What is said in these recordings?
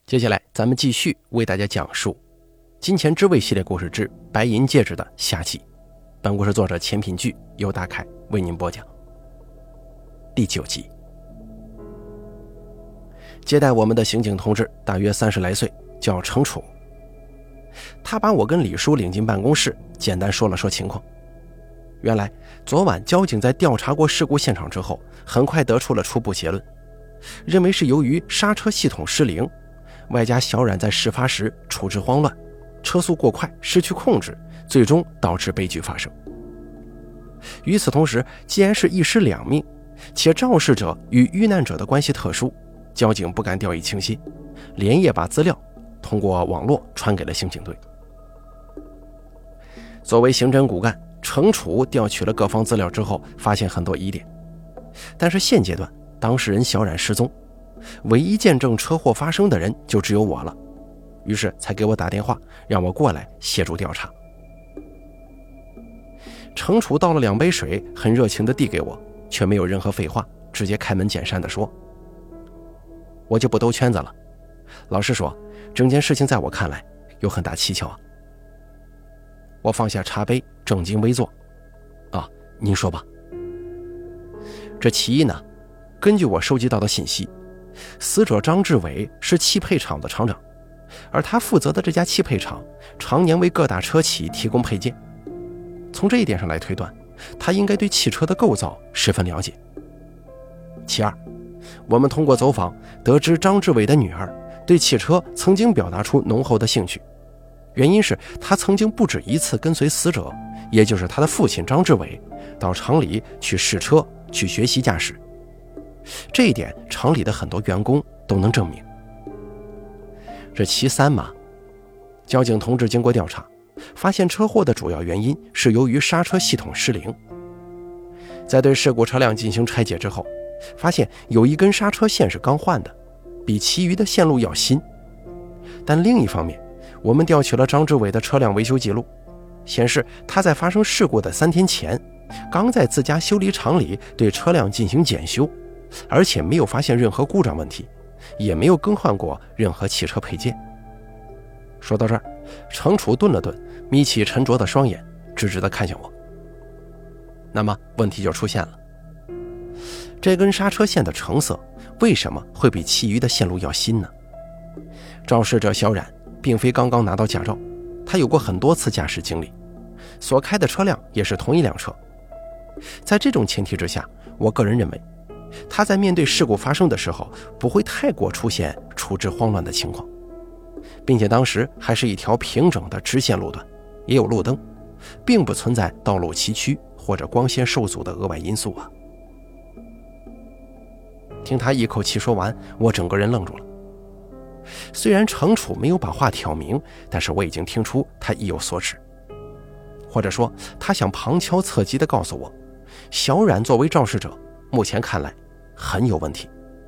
接下来咱们继续为大家讲述《金钱之味》系列故事之白银戒指的下集。本故事作者钱品聚由大凯为您播讲。第9集。接待我们的刑警同志大约30来岁，叫程楚。他把我跟李叔领进办公室，简单说了说情况。原来昨晚交警在调查过事故现场之后，很快得出了初步结论，认为是由于刹车系统失灵，外加小冉在事发时处置慌乱，车速过快，失去控制，最终导致悲剧发生。与此同时，既然是一尸两命，且肇事者与遇难者的关系特殊，交警不敢掉以轻心，连夜把资料通过网络传给了刑警队。作为刑侦骨干，程楚调取了各方资料之后，发现很多疑点，但是现阶段当事人小冉失踪，唯一见证车祸发生的人就只有我了，于是才给我打电话，让我过来协助调查。程楚倒了2杯水，很热情地递给我，却没有任何废话，直接开门见山地说：我就不兜圈子了，老实说，整件事情在我看来有很大蹊跷啊。我放下茶杯，正襟危坐。您说吧。这其一呢，根据我收集到的信息，死者张志伟是汽配厂的厂长，而他负责的这家汽配厂常年为各大车企提供配件。从这一点上来推断，他应该对汽车的构造十分了解。其二，我们通过走访得知张志伟的女儿对汽车曾经表达出浓厚的兴趣，原因是他曾经不止一次跟随死者，也就是他的父亲张志伟，到厂里去试车，去学习驾驶。这一点厂里的很多员工都能证明。这其三嘛，交警同志经过调查，发现车祸的主要原因是由于刹车系统失灵。在对事故车辆进行拆解之后，发现有一根刹车线是刚换的，比其余的线路要新。但另一方面，我们调取了张志伟的车辆维修记录，显示他在发生事故的3天前，刚在自家修理厂里对车辆进行检修，而且没有发现任何故障问题，也没有更换过任何汽车配件。说到这儿，程楚顿了顿，眯起沉着的双眼，直直地看向我。那么问题就出现了，这根刹车线的成色为什么会比其余的线路要新呢？肇事者小冉并非刚刚拿到驾照，他有过很多次驾驶经历，所开的车辆也是同一辆车。在这种前提之下，我个人认为他在面对事故发生的时候不会太过出现处置慌乱的情况，并且当时还是一条平整的直线路段，也有路灯，并不存在道路崎岖或者光线受阻的额外因素啊。听他一口气说完，我整个人愣住了。虽然程楚没有把话挑明，但是我已经听出他意有所指，或者说他想旁敲侧击地告诉我，小冉作为肇事者，目前看来很有问题。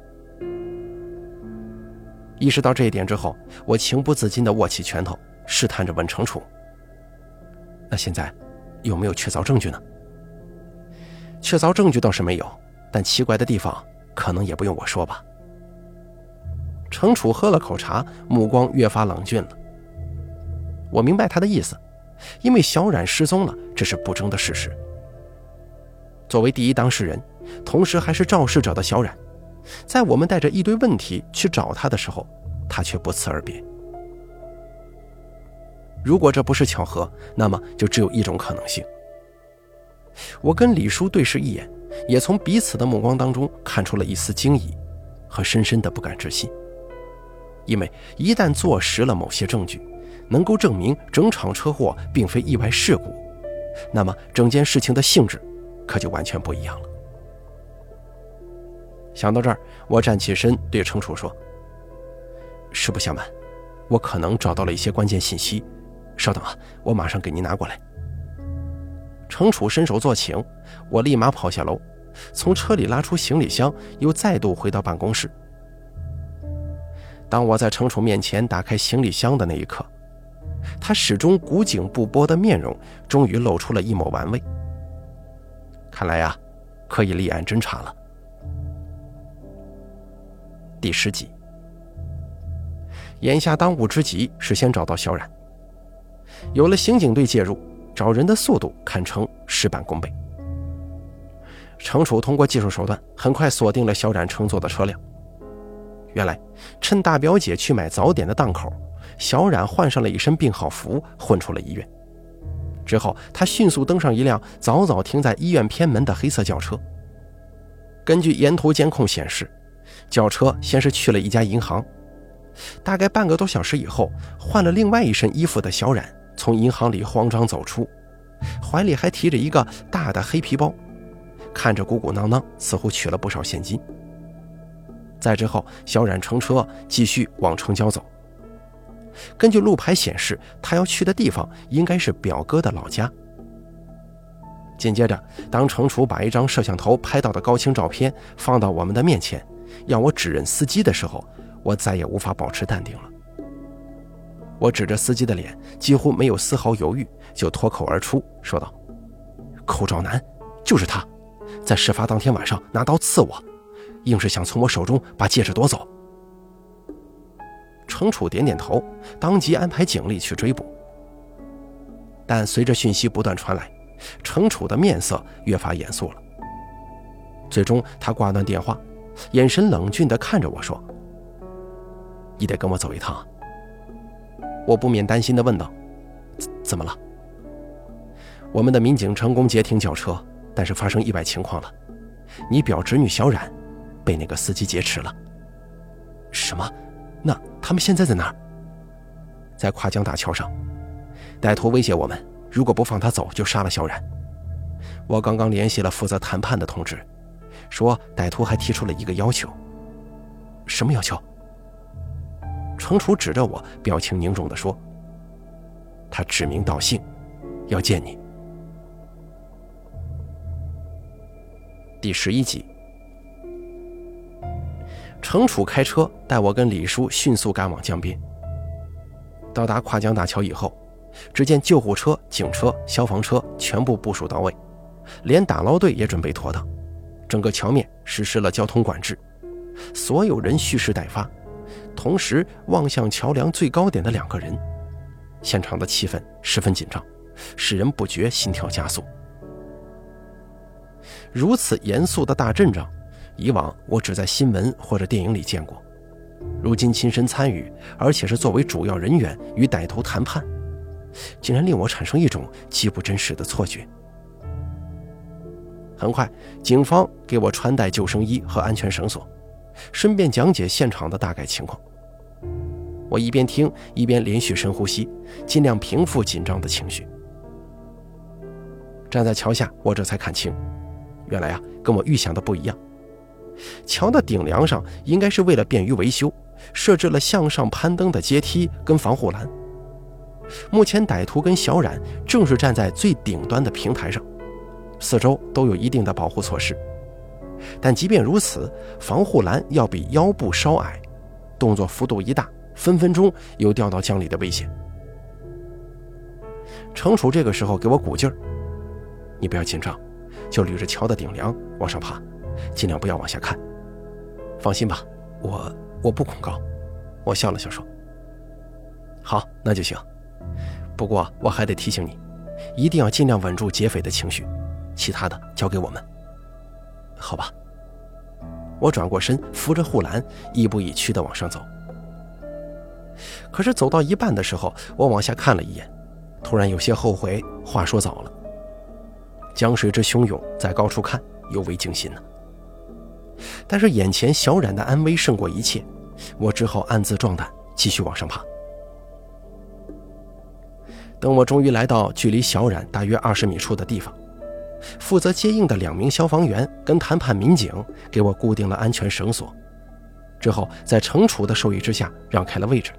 意识到这一点之后，我情不自禁地握起拳头，试探着问程楚：那现在有没有确凿证据呢？确凿证据倒是没有，但奇怪的地方可能也不用我说吧。程楚喝了口茶，目光越发冷峻了。我明白他的意思，因为小冉失踪了，这是不争的事实。作为第一当事人，同时还是肇事者的小冉，在我们带着一堆问题去找他的时候，他却不辞而别。如果这不是巧合，那么就只有一种可能性。我跟李叔对视一眼，也从彼此的目光当中看出了一丝惊疑和深深的不敢置信。因为一旦坐实了某些证据，能够证明整场车祸并非意外事故，那么整件事情的性质可就完全不一样了。想到这儿，我站起身对程楚说：实不相瞒，我可能找到了一些关键信息，稍等啊，我马上给您拿过来。程楚伸手做请，我立马跑下楼，从车里拉出行李箱，又再度回到办公室。当我在程楚面前打开行李箱的那一刻，他始终古井不波的面容终于露出了一抹玩味。看来啊，可以立案侦查了。第10集， 眼下当务之急是先找到小冉。有了刑警队介入，找人的速度堪称事半功倍。程楚通过技术手段很快锁定了小冉乘坐的车辆。原来趁大表姐去买早点的档口，小冉换上了一身病号服，混出了医院。之后他迅速登上一辆早早停在医院偏门的黑色轿车。根据沿途监控显示，轿车先是去了一家银行，大概半个多小时以后，换了另外一身衣服的小冉从银行里慌张走出，怀里还提着一个大的黑皮包，看着鼓鼓囊囊，似乎取了不少现金。再之后，小冉乘车继续往城郊走。根据路牌显示，他要去的地方应该是表哥的老家。紧接着，当程楚把一张摄像头拍到的高清照片放到我们的面前，让我指认司机的时候，我再也无法保持淡定了。我指着司机的脸，几乎没有丝毫犹豫，就脱口而出说道：“口罩男，就是他，在事发当天晚上拿刀刺我，硬是想从我手中把戒指夺走。”程楚点点头，当即安排警力去追捕。但随着讯息不断传来，程楚的面色越发严肃了。最终他挂断电话，眼神冷峻地看着我说：“你得跟我走一趟。”我不免担心地问道：“怎么了？”我们的民警成功截停轿车，但是发生意外情况了，你表侄女小冉被那个司机劫持了。什么？那他们现在在哪儿？在跨江大桥上，歹徒威胁我们，如果不放他走就杀了小冉。我刚刚联系了负责谈判的同志，说歹徒还提出了一个要求。什么要求？程楚指着我，表情凝重地说：“他指名道姓，要见你。”第11集，程楚开车带我跟李叔迅速赶往江边。到达跨江大桥以后，只见救护车、警车、消防车全部部署到位，连打捞队也准备妥当，整个桥面实施了交通管制，所有人蓄势待发，同时望向桥梁最高点的2个人，现场的气氛十分紧张，使人不觉心跳加速。如此严肃的大阵仗，以往我只在新闻或者电影里见过，如今亲身参与，而且是作为主要人员与歹徒谈判，竟然令我产生一种极不真实的错觉。很快，警方给我穿戴救生衣和安全绳索，顺便讲解现场的大概情况。我一边听一边连续深呼吸，尽量平复紧张的情绪。站在桥下，我这才看清，原来跟我预想的不一样。桥的顶梁上应该是为了便于维修，设置了向上攀登的阶梯跟防护栏。目前歹徒跟小冉正是站在最顶端的平台上，四周都有一定的保护措施，但即便如此，防护栏要比腰部稍矮，动作幅度一大，分分钟有掉到江里的危险。程楚这个时候给我鼓劲儿：“你不要紧张，就捋着桥的顶梁往上爬，尽量不要往下看。放心吧，我不恐高。”我笑了笑说：“好，那就行。不过我还得提醒你，一定要尽量稳住劫匪的情绪，其他的交给我们。”好吧。我转过身，扶着护栏，亦步亦趋地往上走。可是走到一半的时候，我往下看了一眼，突然有些后悔话说早了。江水之汹涌，在高处看尤为惊心呢。但是眼前小冉的安危胜过一切，我只好暗自壮胆，继续往上爬。等我终于来到距离小冉大约20米处的地方，负责接应的2名消防员跟谈判民警给我固定了安全绳索，之后在程楚的授意之下让开了位置。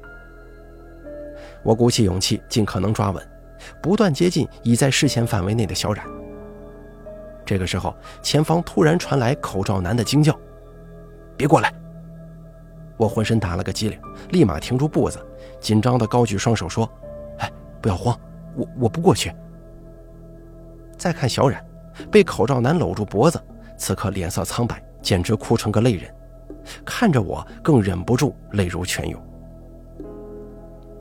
我鼓起勇气，尽可能抓稳，不断接近已在视线范围内的小冉。这个时候，前方突然传来口罩男的惊叫：“别过来！”我浑身打了个激灵，立马停住步子，紧张地高举双手说：“哎，不要慌，我不过去。”再看小冉，被口罩男搂住脖子，此刻脸色苍白，简直哭成个泪人，看着我更忍不住泪如泉涌。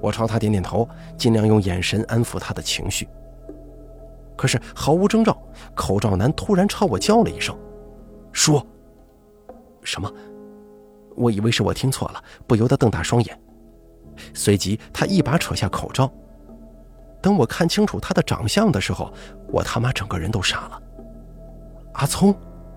我朝他点点头，尽量用眼神安抚他的情绪。可是毫无征兆，口罩男突然朝我叫了一声：“说。”什么？我以为是我听错了，不由得瞪大双眼。随即他一把扯下口罩，等我看清楚他的长相的时候，我他妈整个人都傻了。阿聪！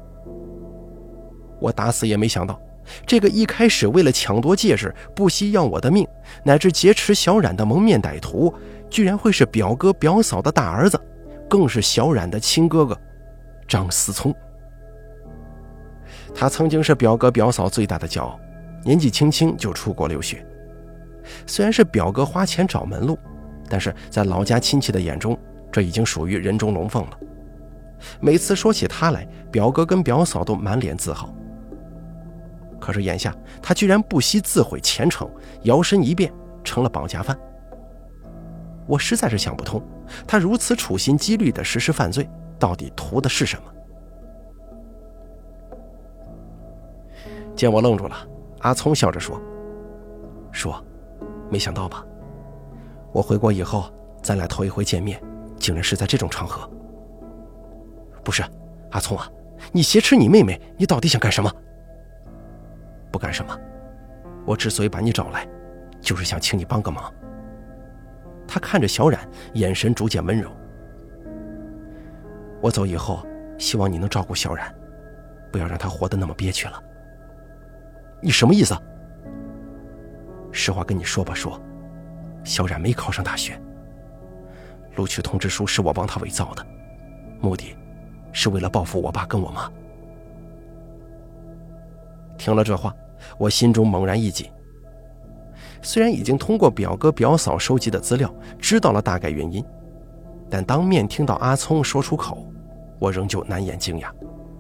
我打死也没想到，这个一开始为了抢夺戒指不惜要我的命，乃至劫持小冉的蒙面歹徒，居然会是表哥表嫂的大儿子，更是小冉的亲哥哥张思聪。他曾经是表哥表嫂最大的骄傲，年纪轻轻就出国留学。虽然是表哥花钱找门路，但是在老家亲戚的眼中，这已经属于人中龙凤了。每次说起他来，表哥跟表嫂都满脸自豪。可是眼下他居然不惜自毁前程，摇身一变成了绑架犯。我实在是想不通，他如此处心积虑地实施犯罪，到底图的是什么？见我愣住了，阿聪笑着说：“没想到吧？我回国以后，咱俩头一回见面，竟然是在这种场合。不是，阿聪啊，你挟持你妹妹，你到底想干什么？”“不干什么，我之所以把你找来，就是想请你帮个忙。”他看着小冉，眼神逐渐温柔。“我走以后，希望你能照顾小冉，不要让她活得那么憋屈了。”“你什么意思？”“实话跟你说吧，小冉没考上大学，录取通知书是我帮她伪造的，目的是为了报复我爸跟我妈。”听了这话，我心中猛然一紧。虽然已经通过表哥表嫂收集的资料知道了大概原因，但当面听到阿聪说出口，我仍旧难掩惊讶。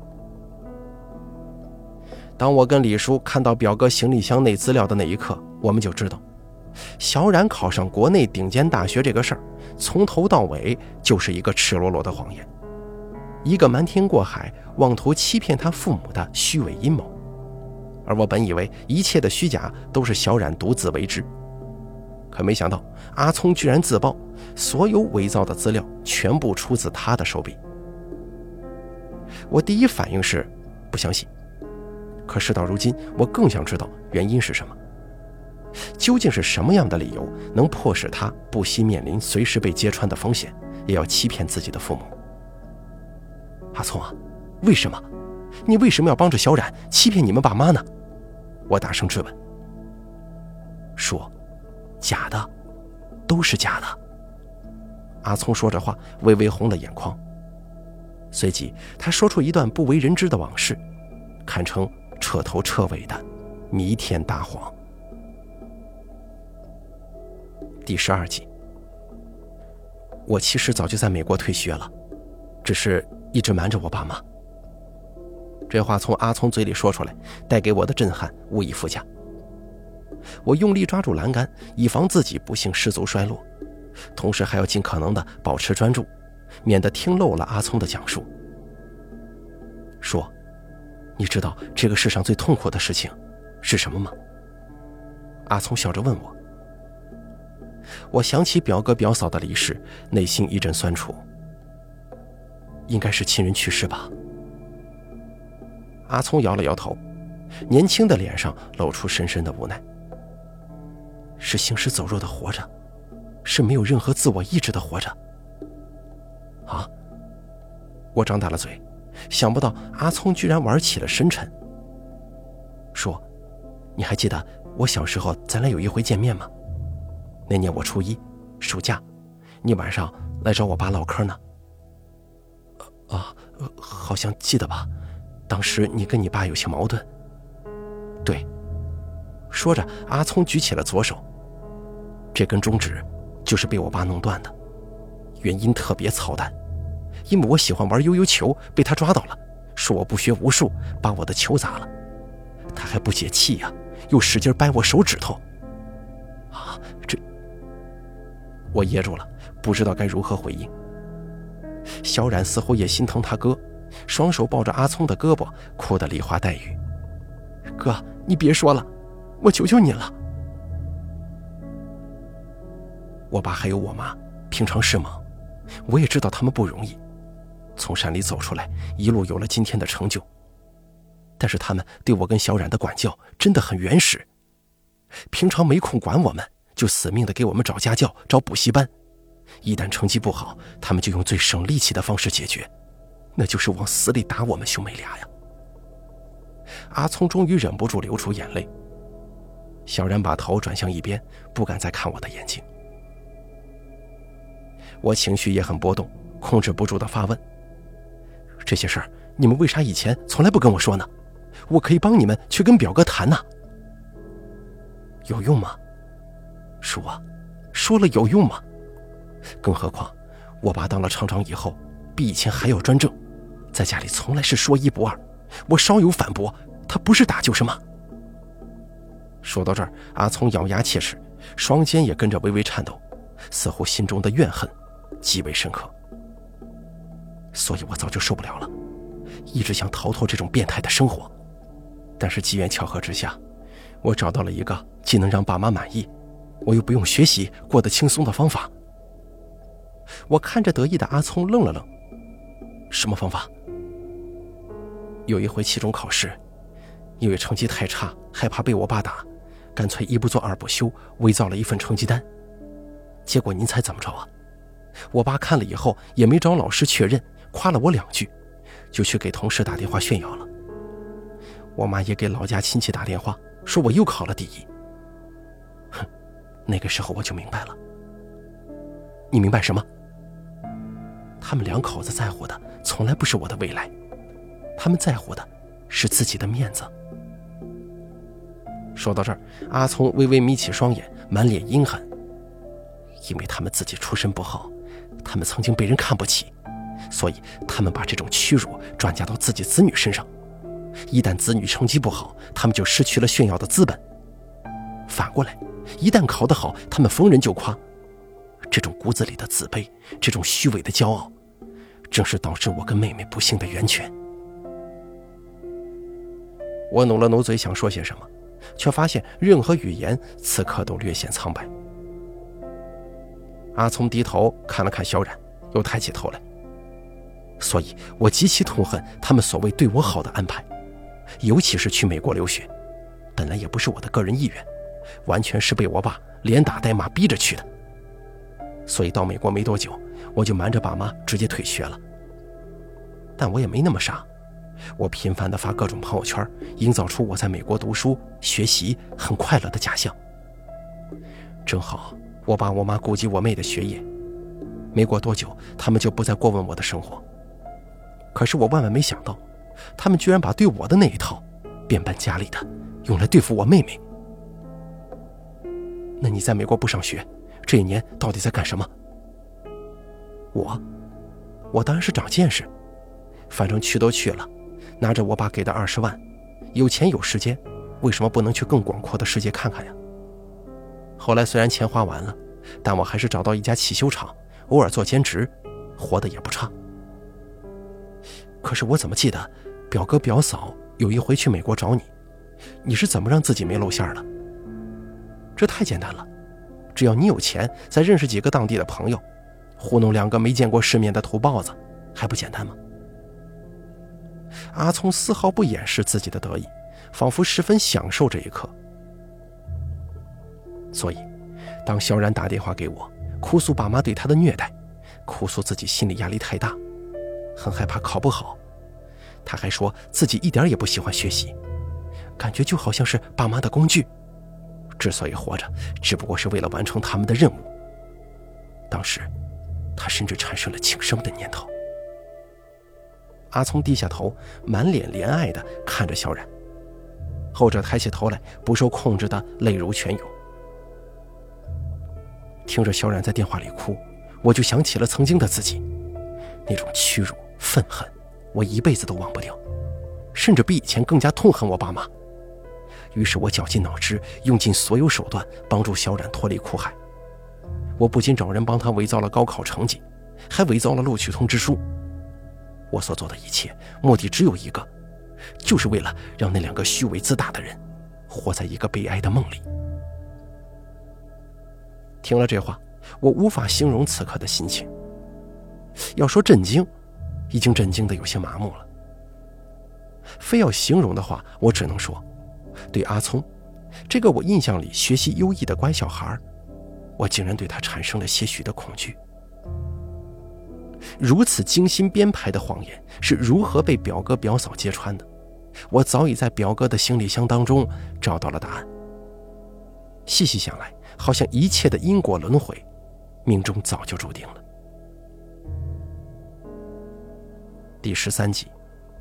当我跟李叔看到表哥行李箱内资料的那一刻，我们就知道小冉考上国内顶尖大学这个事儿，从头到尾就是一个赤裸裸的谎言，一个瞒天过海、妄图欺骗他父母的虚伪阴谋。而我本以为一切的虚假都是小冉独自为之，可没想到阿聪居然自曝所有伪造的资料全部出自他的手笔。我第一反应是不相信，可事到如今，我更想知道原因是什么。究竟是什么样的理由能迫使他不惜面临随时被揭穿的风险，也要欺骗自己的父母？阿聪啊，为什么？你为什么要帮着小冉欺骗你们爸妈呢？我大声质问。说，假的，都是假的。阿聪说着话，微微红了眼眶。随即他说出一段不为人知的往事，堪称彻头彻尾的弥天大谎。第12集。我其实早就在美国退学了，只是一直瞒着我爸妈。这话从阿聪嘴里说出来，带给我的震撼无以复加。我用力抓住栏杆，以防自己不幸失足摔落，同时还要尽可能的保持专注，免得听漏了阿聪的讲述。说，你知道这个世上最痛苦的事情是什么吗？阿聪笑着问我。我想起表哥表嫂的离世，内心一阵酸楚。应该是亲人去世吧。阿聪摇了摇头，年轻的脸上露出深深的无奈。是行尸走肉的活着，是没有任何自我意志的活着。啊！我张大了嘴，想不到阿聪居然玩起了深沉。说，你还记得我小时候咱俩有一回见面吗？那年我初一，暑假，你晚上来找我爸唠嗑呢。好像记得吧，当时你跟你爸有些矛盾。对，说着阿聪举起了左手，这根中指就是被我爸弄断的，原因特别操蛋，因为我喜欢玩悠悠球，被他抓到了，说我不学无术，把我的球砸了，他还不解气呀，又使劲掰我手指头。这，我噎住了，不知道该如何回应。小冉似乎也心疼他哥，双手抱着阿聪的胳膊，哭得梨花带雨。哥，你别说了，我求求你了。 我爸还有我妈平常是忙，我也知道他们不容易，从山里走出来，一路有了今天的成就。但是他们对我跟小冉的管教真的很原始，平常没空管我们，就死命的给我们找家教、找补习班。一旦成绩不好，他们就用最省力气的方式解决，那就是往死里打我们兄妹俩呀。阿聪终于忍不住流出眼泪，小冉把头转向一边，不敢再看我的眼睛。我情绪也很波动，控制不住的发问：这些事儿你们为啥以前从来不跟我说呢？我可以帮你们去跟表哥谈呐。有用吗？叔啊，说了有用吗？更何况我爸当了厂长以后比以前还要专政，在家里从来是说一不二，我稍有反驳，他不是打就是骂。说到这儿，阿聪咬牙切齿，双肩也跟着微微颤抖，似乎心中的怨恨极为深刻。所以我早就受不了了，一直想逃脱这种变态的生活。但是机缘巧合之下，我找到了一个既能让爸妈满意，我又不用学习过得轻松的方法。我看着得意的阿聪愣了愣，什么方法？有一回期中考试，因为成绩太差，害怕被我爸打，干脆一不做二不休，伪造了一份成绩单。结果您猜怎么着啊？我爸看了以后也没找老师确认，夸了我2句，就去给同事打电话炫耀了。我妈也给老家亲戚打电话，说我又考了第1。哼，那个时候我就明白了。你明白什么？他们2口子在乎的从来不是我的未来，他们在乎的是自己的面子。说到这儿，阿聪微微眯起双眼，满脸阴狠。因为他们自己出身不好，他们曾经被人看不起，所以他们把这种屈辱转嫁到自己子女身上。一旦子女成绩不好，他们就失去了炫耀的资本。反过来，一旦考得好，他们逢人就夸。这种骨子里的自卑，这种虚伪的骄傲，正是导致我跟妹妹不幸的源泉。我努了努嘴想说些什么，却发现任何语言此刻都略显苍白。阿聪低头看了看小冉，又抬起头来。所以我极其痛恨他们所谓对我好的安排，尤其是去美国留学，本来也不是我的个人意愿，完全是被我爸连打带骂逼着去的。所以到美国没多久，我就瞒着爸妈直接退学了。但我也没那么傻，我频繁地发各种朋友圈，营造出我在美国读书学习很快乐的假象。正好我爸我妈顾及我妹的学业，没过多久他们就不再过问我的生活。可是我万万没想到，他们居然把对我的那一套变本加厉的用来对付我妹妹。那你在美国不上学，这1年到底在干什么？我当然是长见识，反正去都去了，拿着我爸给的20万，有钱有时间，为什么不能去更广阔的世界看看呀？后来虽然钱花完了，但我还是找到一家汽修厂，偶尔做兼职，活得也不差。可是我怎么记得表哥表嫂有一回去美国找你，你是怎么让自己没露馅的？这太简单了，只要你有钱，再认识几个当地的朋友，糊弄2个没见过世面的土包子，还不简单吗？阿聪丝毫不掩饰自己的得意，仿佛十分享受这一刻。所以当小冉打电话给我，哭诉爸妈对他的虐待，哭诉自己心理压力太大，很害怕考不好，他还说自己一点也不喜欢学习，感觉就好像是爸妈的工具，之所以活着只不过是为了完成他们的任务。当时他甚至产生了轻生的念头。阿聪低下头，满脸怜爱地看着小冉，后者抬起头来，不受控制的泪如泉涌。听着小冉在电话里哭，我就想起了曾经的自己，那种屈辱愤恨我一辈子都忘不掉，甚至比以前更加痛恨我爸妈。于是我绞尽脑汁，用尽所有手段帮助小冉脱离苦海。我不仅找人帮他伪造了高考成绩，还伪造了录取通知书。我所做的一切目的只有一个，就是为了让那2个虚伪自大的人活在一个悲哀的梦里。听了这话， 我无法形容此刻的心情。要说震惊，已经震惊得有些麻木了。非要形容的话，我只能说，对阿聪这个我印象里学习优异的乖小孩，我竟然对他产生了些许的恐惧。如此精心编排的谎言是如何被表哥表嫂揭穿的？我早已在表哥的行李箱当中找到了答案。细细想来，好像一切的因果轮回，命中早就注定了。第13集，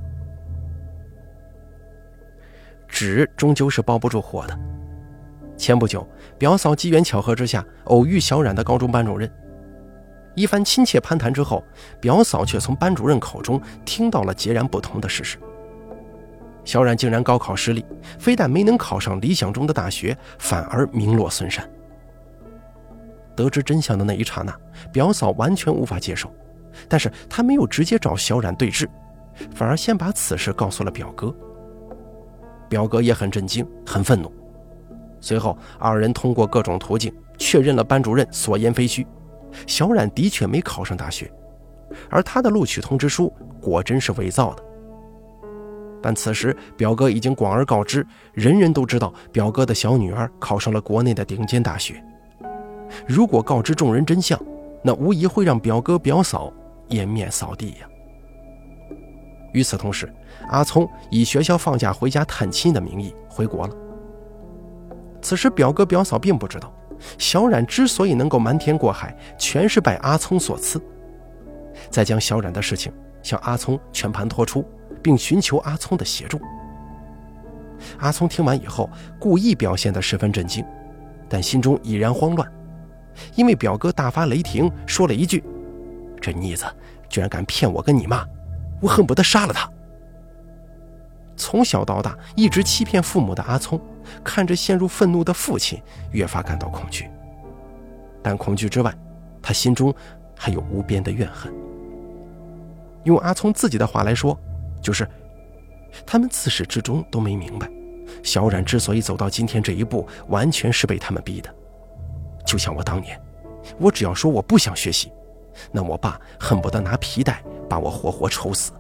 纸终究是包不住火的。前不久，表嫂机缘巧合之下偶遇小冉的高中班主任，一番亲切攀谈之后，表嫂却从班主任口中听到了截然不同的事实。小冉竟然高考失利，非但没能考上理想中的大学，反而名落孙山。得知真相的那一刹那，表嫂完全无法接受，但是她没有直接找小冉对峙，反而先把此事告诉了表哥。表哥也很震惊，很愤怒。随后二人通过各种途径确认了班主任所言非虚，小冉的确没考上大学，而他的录取通知书果真是伪造的。但此时表哥已经广而告之，人人都知道表哥的小女儿考上了国内的顶尖大学。如果告知众人真相，那无疑会让表哥表嫂颜面扫地呀。与此同时，阿聪以学校放假回家探亲的名义回国了。此时表哥表嫂并不知道，小冉之所以能够瞒天过海，全是拜阿聪所赐。再将小冉的事情向阿聪全盘托出，并寻求阿聪的协助。阿聪听完以后，故意表现得十分震惊，但心中已然慌乱，因为表哥大发雷霆，说了一句：“这妮子居然敢骗我跟你妈，我恨不得杀了他。”从小到大一直欺骗父母的阿聪，看着陷入愤怒的父亲，越发感到恐惧。但恐惧之外，他心中还有无边的怨恨。用阿聪自己的话来说，就是他们自始至终都没明白，小冉之所以走到今天这一步，完全是被他们逼的。就像我当年，我只要说我不想学习，那我爸恨不得拿皮带把我活活抽死。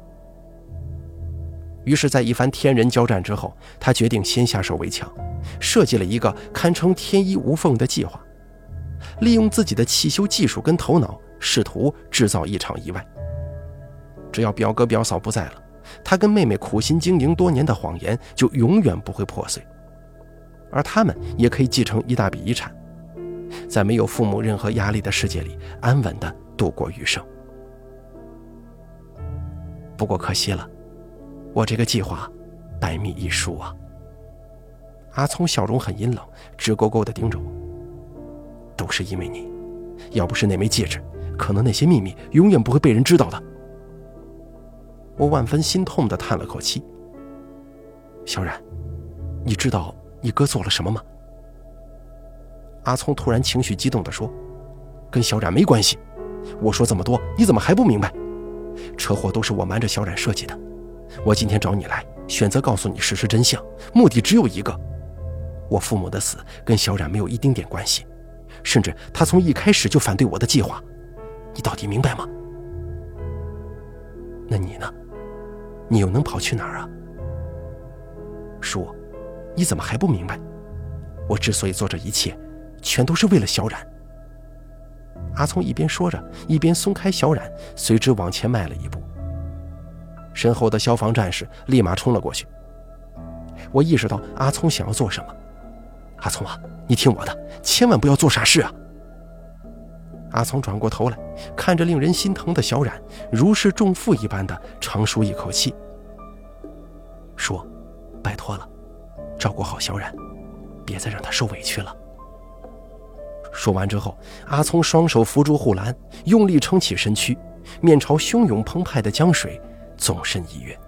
于是在一番天人交战之后，他决定先下手为强，设计了一个堪称天衣无缝的计划，利用自己的汽修技术跟头脑，试图制造一场意外。只要表哥表嫂不在了，他跟妹妹苦心经营多年的谎言就永远不会破碎，而他们也可以继承一大笔遗产，在没有父母任何压力的世界里安稳地度过余生。不过可惜了，我这个计划败秘一疏啊。阿聪笑容很阴冷，直勾勾地盯着我。都是因为你，要不是那枚戒指，可能那些秘密永远不会被人知道的。我万分心痛地叹了口气。小冉，你知道你哥做了什么吗？阿聪突然情绪激动地说，跟小冉没关系。我说这么多，你怎么还不明白？车祸都是我瞒着小冉设计的。我今天找你来，选择告诉你事实真相，目的只有一个：我父母的死跟小冉没有一丁点关系，甚至他从一开始就反对我的计划。你到底明白吗？那你呢？你又能跑去哪儿啊？说，你怎么还不明白？我之所以做这一切，全都是为了小冉。阿聪一边说着，一边松开小冉，随之往前迈了一步。身后的消防战士立马冲了过去。我意识到阿聪想要做什么。阿聪啊，你听我的，千万不要做傻事啊！阿聪转过头来，看着令人心疼的小冉，如释重负一般的长舒一口气，说：“拜托了，照顾好小冉，别再让她受委屈了。”说完之后，阿聪双手扶住护栏，用力撑起身躯，面朝汹涌澎湃的江水，纵身一跃。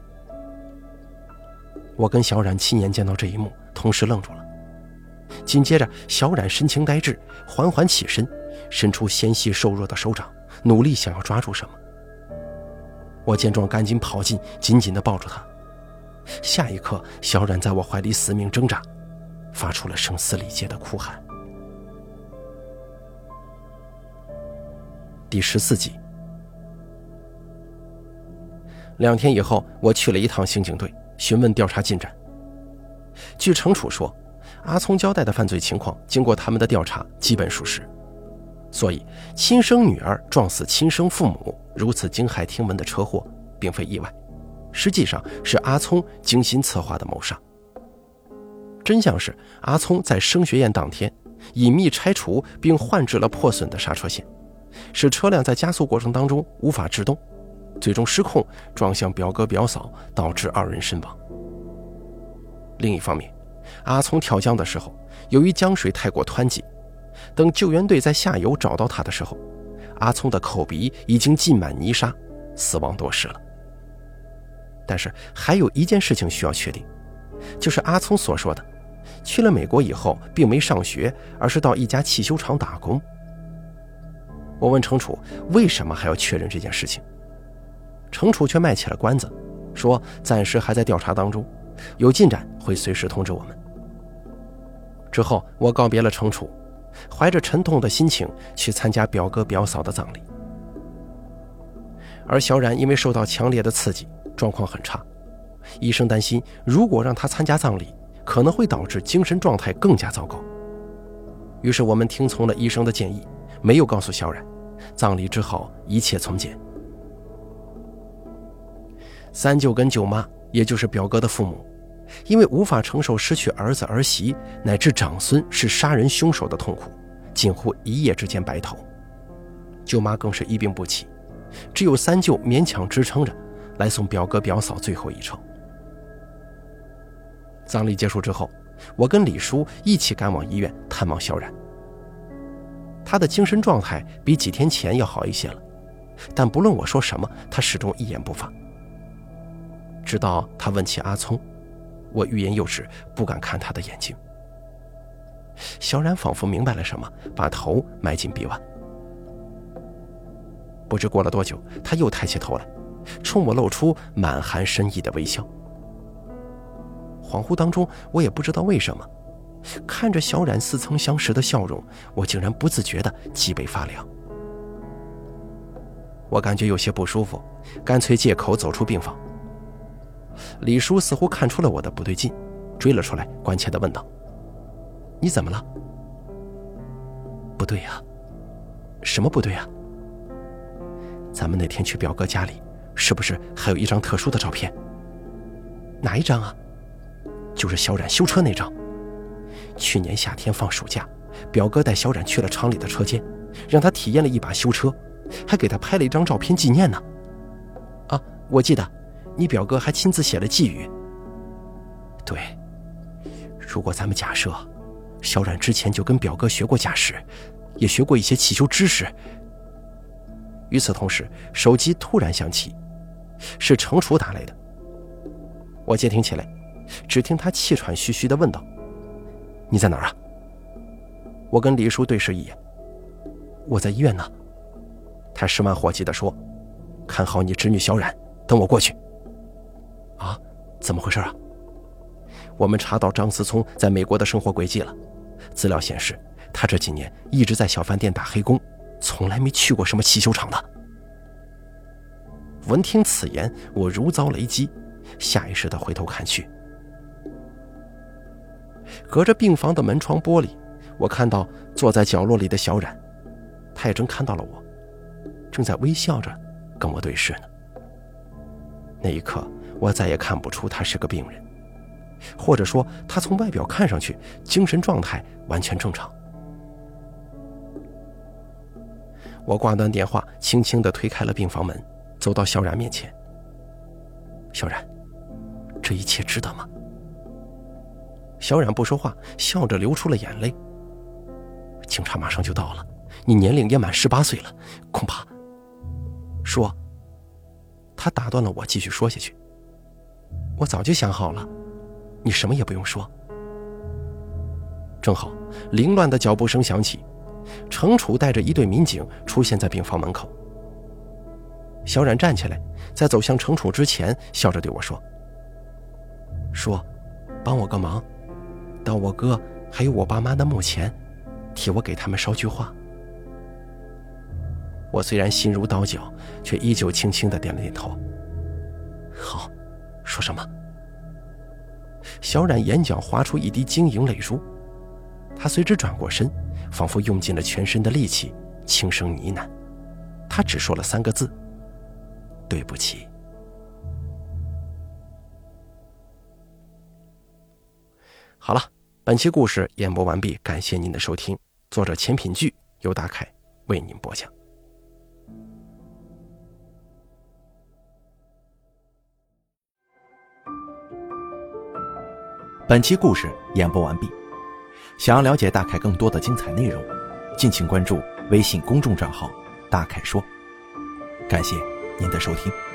我跟小冉亲眼见到这一幕，同时愣住了。紧接着，小冉神情呆滞，缓缓起身，伸出纤细瘦弱的手掌，努力想要抓住什么。我见状赶紧跑进，紧紧地抱住她。下一刻，小冉在我怀里死命挣扎，发出了声嘶力竭的哭喊。 第14集。2天以后，我去了一趟刑警队，询问调查进展。据程楚说，阿聪交代的犯罪情况，经过他们的调查，基本属实。所以，亲生女儿撞死亲生父母，如此惊骇听闻的车祸，并非意外，实际上是阿聪精心策划的谋杀。真相是，阿聪在升学宴当天，隐秘拆除并换置了破损的刹车线，使车辆在加速过程当中无法制动，最终失控撞向表哥表嫂，导致2人身亡。另一方面，阿聪跳江的时候，由于江水太过湍急，等救援队在下游找到他的时候，阿聪的口鼻已经浸满泥沙，死亡多时了。但是还有一件事情需要确定，就是阿聪所说的去了美国以后并没上学，而是到一家汽修厂打工。我问程楚为什么还要确认这件事情，程楚却卖起了关子，说暂时还在调查当中，有进展会随时通知我们。之后我告别了程楚，怀着沉痛的心情去参加表哥表嫂的葬礼。而小冉因为受到强烈的刺激，状况很差，医生担心如果让他参加葬礼，可能会导致精神状态更加糟糕。于是我们听从了医生的建议，没有告诉小冉，葬礼之后一切从简。三舅跟舅妈，也就是表哥的父母，因为无法承受失去儿子儿媳乃至长孙是杀人凶手的痛苦，近乎一夜之间白头。舅妈更是一病不起，只有三舅勉强支撑着来送表哥表嫂最后一程。葬礼结束之后，我跟李叔一起赶往医院探望小冉。他的精神状态比几天前要好一些了，但不论我说什么，他始终一言不发。直到他问起阿聪，我欲言又止，不敢看他的眼睛。小冉仿佛明白了什么，把头埋进臂弯。不知过了多久，他又抬起头来，冲我露出满含深意的微笑。恍惚当中，我也不知道为什么，看着小冉似曾相识的笑容，我竟然不自觉地脊背发凉。我感觉有些不舒服，干脆借口走出病房。李叔似乎看出了我的不对劲，追了出来，关切地问道：“你怎么了？”“不对呀。”“什么不对呀？”“咱们那天去表哥家里，是不是还有一张特殊的照片？”“哪一张啊？”“就是小冉修车那张。去年夏天放暑假，表哥带小冉去了厂里的车间，让他体验了一把修车，还给他拍了一张照片纪念呢。”“啊，我记得你表哥还亲自写了寄语。”“对，如果咱们假设小冉之前就跟表哥学过驾驶，也学过一些汽修知识。”与此同时，手机突然响起，是程楚打来的。我接听起来，只听他气喘吁吁地问道：“你在哪儿啊？”我跟李叔对视一眼：“我在医院呢。”他十万火急地说：“看好你侄女小冉，等我过去。”“啊，怎么回事啊？”“我们查到张思聪在美国的生活轨迹了，资料显示他这几年一直在小饭店打黑工，从来没去过什么汽修厂的。”闻听此言，我如遭雷击，下意识地回头看去。隔着病房的门窗玻璃，我看到坐在角落里的小冉，她也正看到了我，正在微笑着跟我对视呢。那一刻，我再也看不出她是个病人，或者说她从外表看上去精神状态完全正常。我挂断电话，轻轻地推开了病房门，走到小冉面前。“小冉，这一切值得吗？”小冉不说话，笑着流出了眼泪。“警察马上就到了，你年龄也满18岁了，恐怕……”“说。”他打断了我，继续说下去。“我早就想好了，你什么也不用说。”正好，凌乱的脚步声响起，程楚带着一队民警出现在病房门口。小冉站起来，在走向程楚之前，笑着对我说：“说，帮我个忙，到我哥还有我爸妈的墓前，替我给他们捎句话。” 我虽然心如刀绞，却依旧轻轻地点了点头。好，说什么？小冉眼角滑出一滴晶莹泪珠，他随之转过身，仿佛用尽了全身的力气，轻声呢喃。他只说了3个字：对不起。好了，本期故事演播完毕，感谢您的收听。作者钱品聚，由大凯为您播讲。 本期故事演播完毕。想要了解大凯更多的精彩内容，敬请关注微信公众账号大凯说。感谢您的收听。